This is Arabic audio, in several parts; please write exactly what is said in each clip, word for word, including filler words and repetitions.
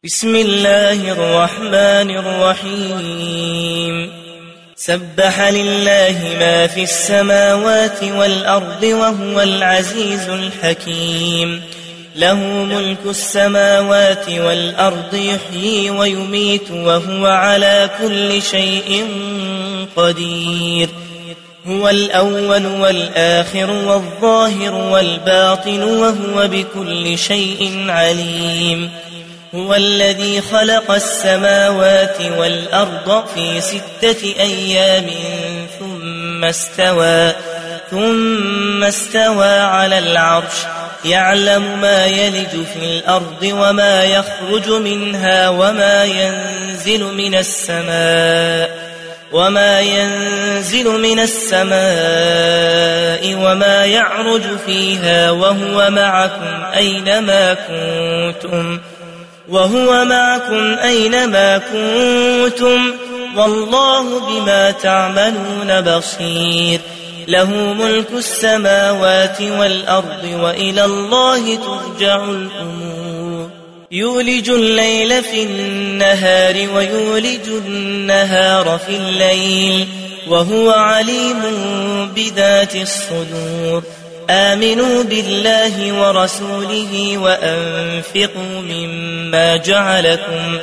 بسم الله الرحمن الرحيم سبح لله ما في السماوات والأرض وهو العزيز الحكيم له ملك السماوات والأرض يحيي ويميت وهو على كل شيء قدير هو الأول والآخر والظاهر والباطن وهو بكل شيء عليم هو الذي خلق السماوات والأرض في ستة أيام ثم استوى ثم استوى على العرش يعلم ما يلج في الأرض وما يخرج منها وما ينزل من السماء وما ينزل من السماء وما يعرج فيها وهو معكم أينما كنتم وهو معكم أينما كنتم والله بما تعملون بصير له ملك السماوات والأرض وإلى الله ترجع الأمور يولج الليل في النهار ويولج النهار في الليل وهو عليم بذات الصدور آمنوا بالله ورسوله وأنفقوا مما جعلكم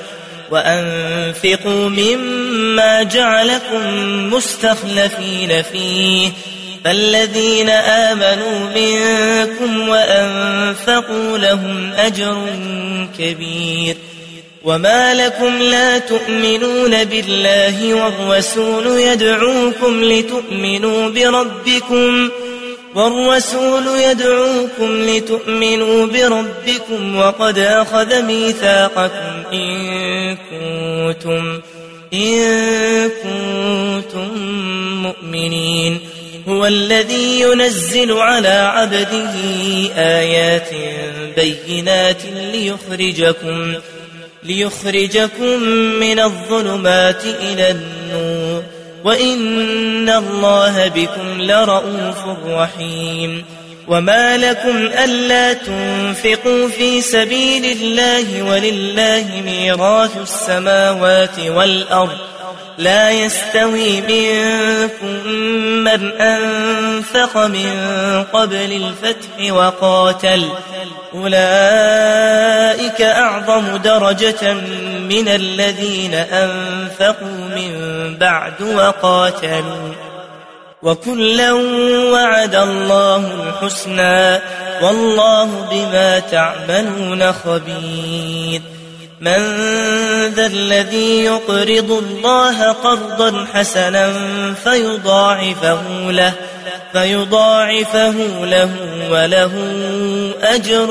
وأنفقوا مما جعلكم مستخلفين فيه فالذين آمنوا منكم وأنفقوا لهم أجر كبير وما لكم لا تؤمنون بالله والرسول يدعوكم لتؤمنوا بربكم والرسول يدعوكم لتؤمنوا بربكم وقد أخذ ميثاقكم إن كنتم إن كنتم مؤمنين هو الذي ينزل على عبده آيات بينات ليخرجكم ليخرجكم من الظلمات إلى النور وإن الله بكم لرؤوف رحيم وما لكم ألا تنفقوا في سبيل الله ولله ميراث السماوات والأرض لا يستوي منكم من أنفق من قبل الفتح وقاتل أولئك أعظم درجة من الذين أنفقوا من بعد وقاتلوا وكلا وعد الله الحسنى والله بما تعملون خبير من ذا الذي يقرض الله قرضا حسنا فيضاعفه له فيضاعفه له وله أجر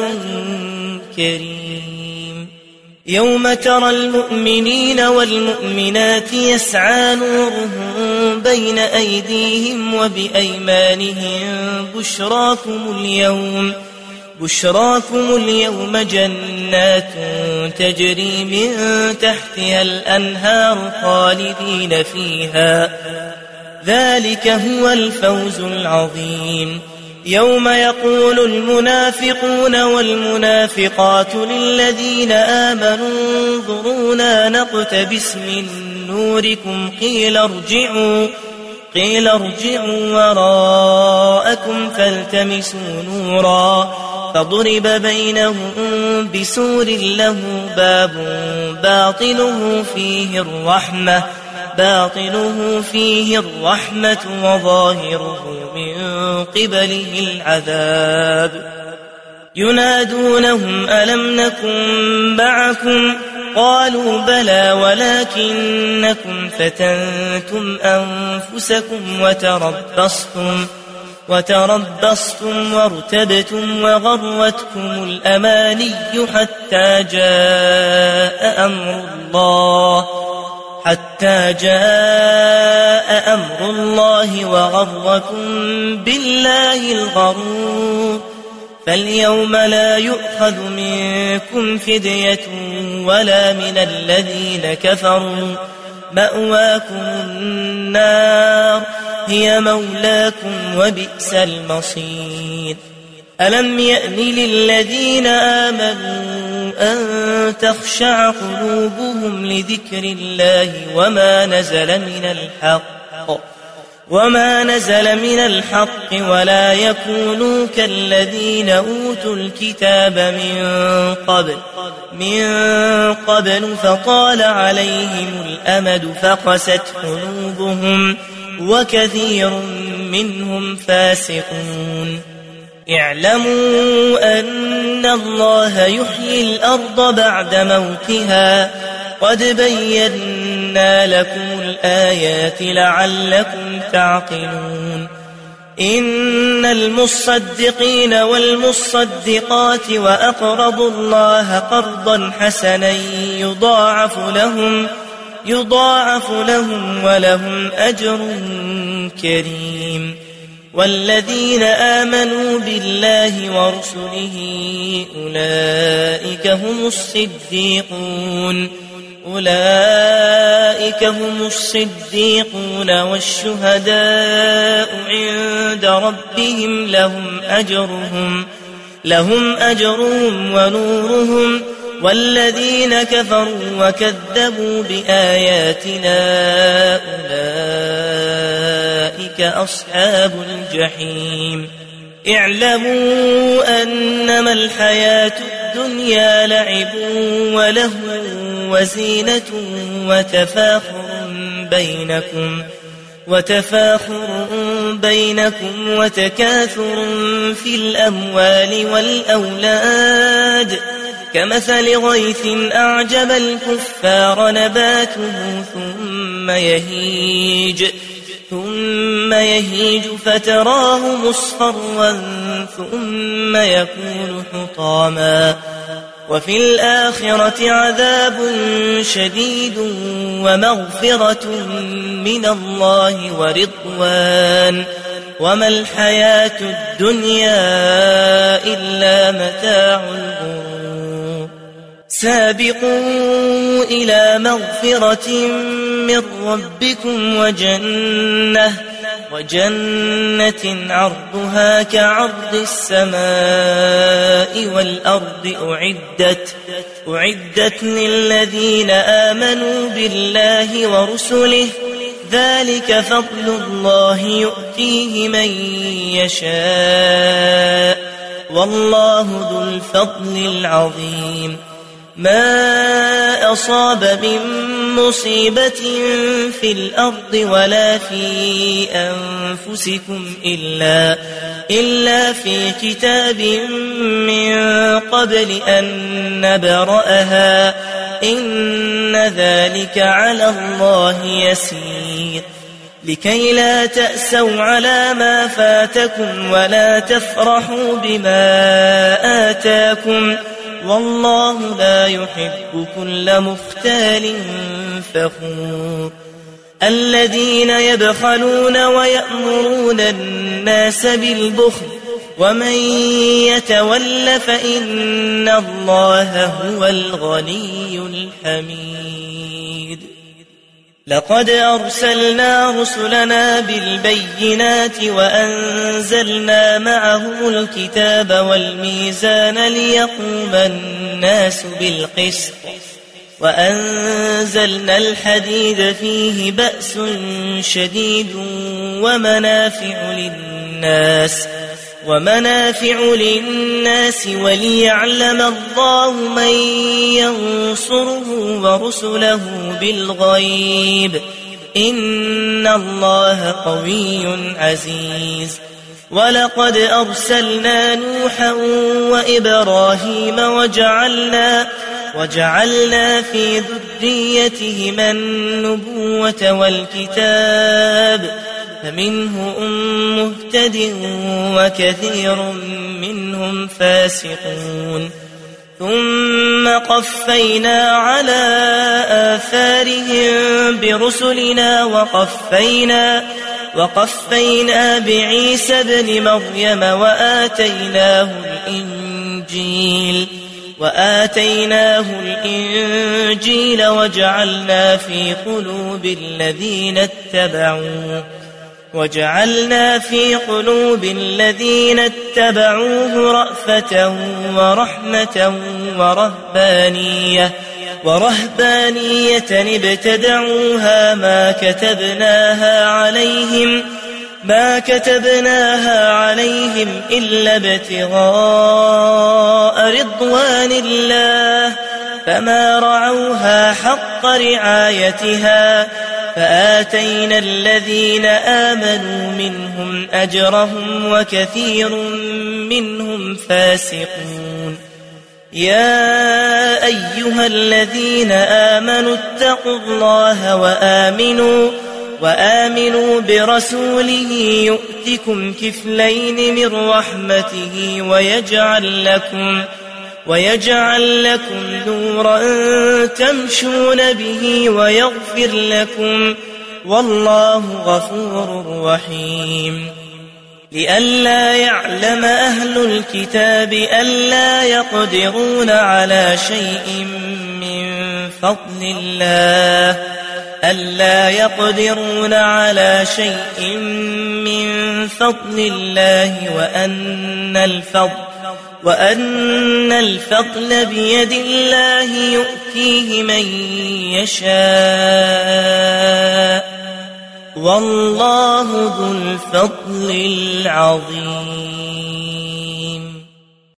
كريم يوم ترى المؤمنين والمؤمنات يسعى نورهم بين أيديهم وبأيمانهم بشراكم اليوم بشراكم اليوم جنات تجري من تحتها الأنهار خالدين فيها ذلك هو الفوز العظيم يوم يقول المنافقون والمنافقات للذين آمنوا انظرونا نقتبس من نوركم قيل ارجعوا قيل ارجعوا وراءكم فالتمسوا نورا فضرب بينهم بسور له باب باطنه فيه الرحمة باطنه فيه الرحمة وظاهره من قبله العذاب ينادونهم ألم نكن معكم قالوا بلى ولكنكم فتنتم أنفسكم وتربصتم وتربصتم وارتبتم وغرتكم الأماني حتى جاء أمر الله حتى جاء أمر الله وغركم بالله الغرور فاليوم لا يؤخذ منكم فدية ولا من الذين كفروا مأواكم النار هي مولاكم وبئس المصير ألم يأن للذين آمنوا أن تخشع قلوبهم لذكر الله وما نزل من الحق وما نزل من الحق ولا يكونوا كالذين أوتوا الكتاب من قبل من قبل فطال عليهم الأمد فقست قلوبهم وكثير منهم فاسقون. اعلموا أن الله يحيي الأرض بعد موتها قد بينا لكم الآيات لعلكم تعقلون. إن المصدقين والمصدقات وأقرضوا الله قرضا حسنا يضاعف لهم يضاعف لهم ولهم أجر كريم. والذين آمنوا بالله ورسله أولئك هم الصديقون أولئك هم الصديقون والشهداء عند ربهم لهم أجرهم لهم أجرهم ونورهم. والذين كفروا وكذبوا بآياتنا أولئك أصحاب الجحيم. اعلموا أنما الحياة الدنيا لعب ولهو وزينة وتفاخر بينكم وتفاخر بينكم وتكاثر في الأموال والأولاد كمثل غيث أعجب الكفار نباته ثم يهيج ثم يهيج فتراه مصفرا ثم يكون حطاما وفي الآخرة عذاب شديد ومغفرة من الله ورضوان وما الحياة الدنيا إلا متاع الغرور. سابقوا إلى مغفرة من ربكم وجنة وجنة عرضها كعرض السماء والأرض أعدت أعدت للذين آمنوا بالله ورسله ذلك فضل الله يؤتيه من يشاء والله ذو الفضل العظيم. ما أصاب من مصيبة في الأرض ولا في أنفسكم إلا, إلا في كتاب من قبل أن نبرأها إن ذلك على الله يسير. لكي لا تأسوا على ما فاتكم ولا تفرحوا بما آتاكم والله لا يحب كل مختال فخور. الذين يبخلون ويأمرون الناس بالبخل ومن يتول فإن الله هو الغني الحميد. لقد أرسلنا رسلنا بالبينات وأنزلنا معهم الكتاب والميزان ليقوم الناس بالقسط وأنزلنا الحديد فيه بأس شديد ومنافع للناس ومنافع للناس وليعلم الله من ينصره ورسله بالغيب إن الله قوي عزيز. ولقد أرسلنا نوحا وإبراهيم وجعلنا وجعلنا في ذريتهما النبوة والكتاب فمنهم مهتد وكثير منهم فاسقون. ثم قفينا على آثارهم برسلنا وقفينا وقفينا بعيسى ابن مريم وآتيناه الإنجيل وآتيناه الإنجيل وجعلنا في قلوب الذين اتبعوه وجعلنا في قلوب الذين اتبعوه رأفة ورحمة ورهبانية ورهبانية ابتدعوها ما كتبناها عليهم ما كتبناها عليهم إلا ابتغاء رضوان الله فما رعوها حق رعايتها فآتينا الذين آمنوا منهم أجرهم وكثير منهم فاسقون. يا أيها الذين آمنوا اتقوا الله وآمنوا وآمنوا برسوله يؤتكم كفلين من رحمته ويجعل لكم ويجعل لكم نورا تمشون به ويغفر لكم والله غفور رحيم. لئلا يعلم أهل الكتاب ألا يقدرون على شيء من فضل الله ألا يقدرون على شيء من فضل الله وأن الفضل وأن الفضل بيد الله يؤتيه من يشاء والله ذو الفضل العظيم.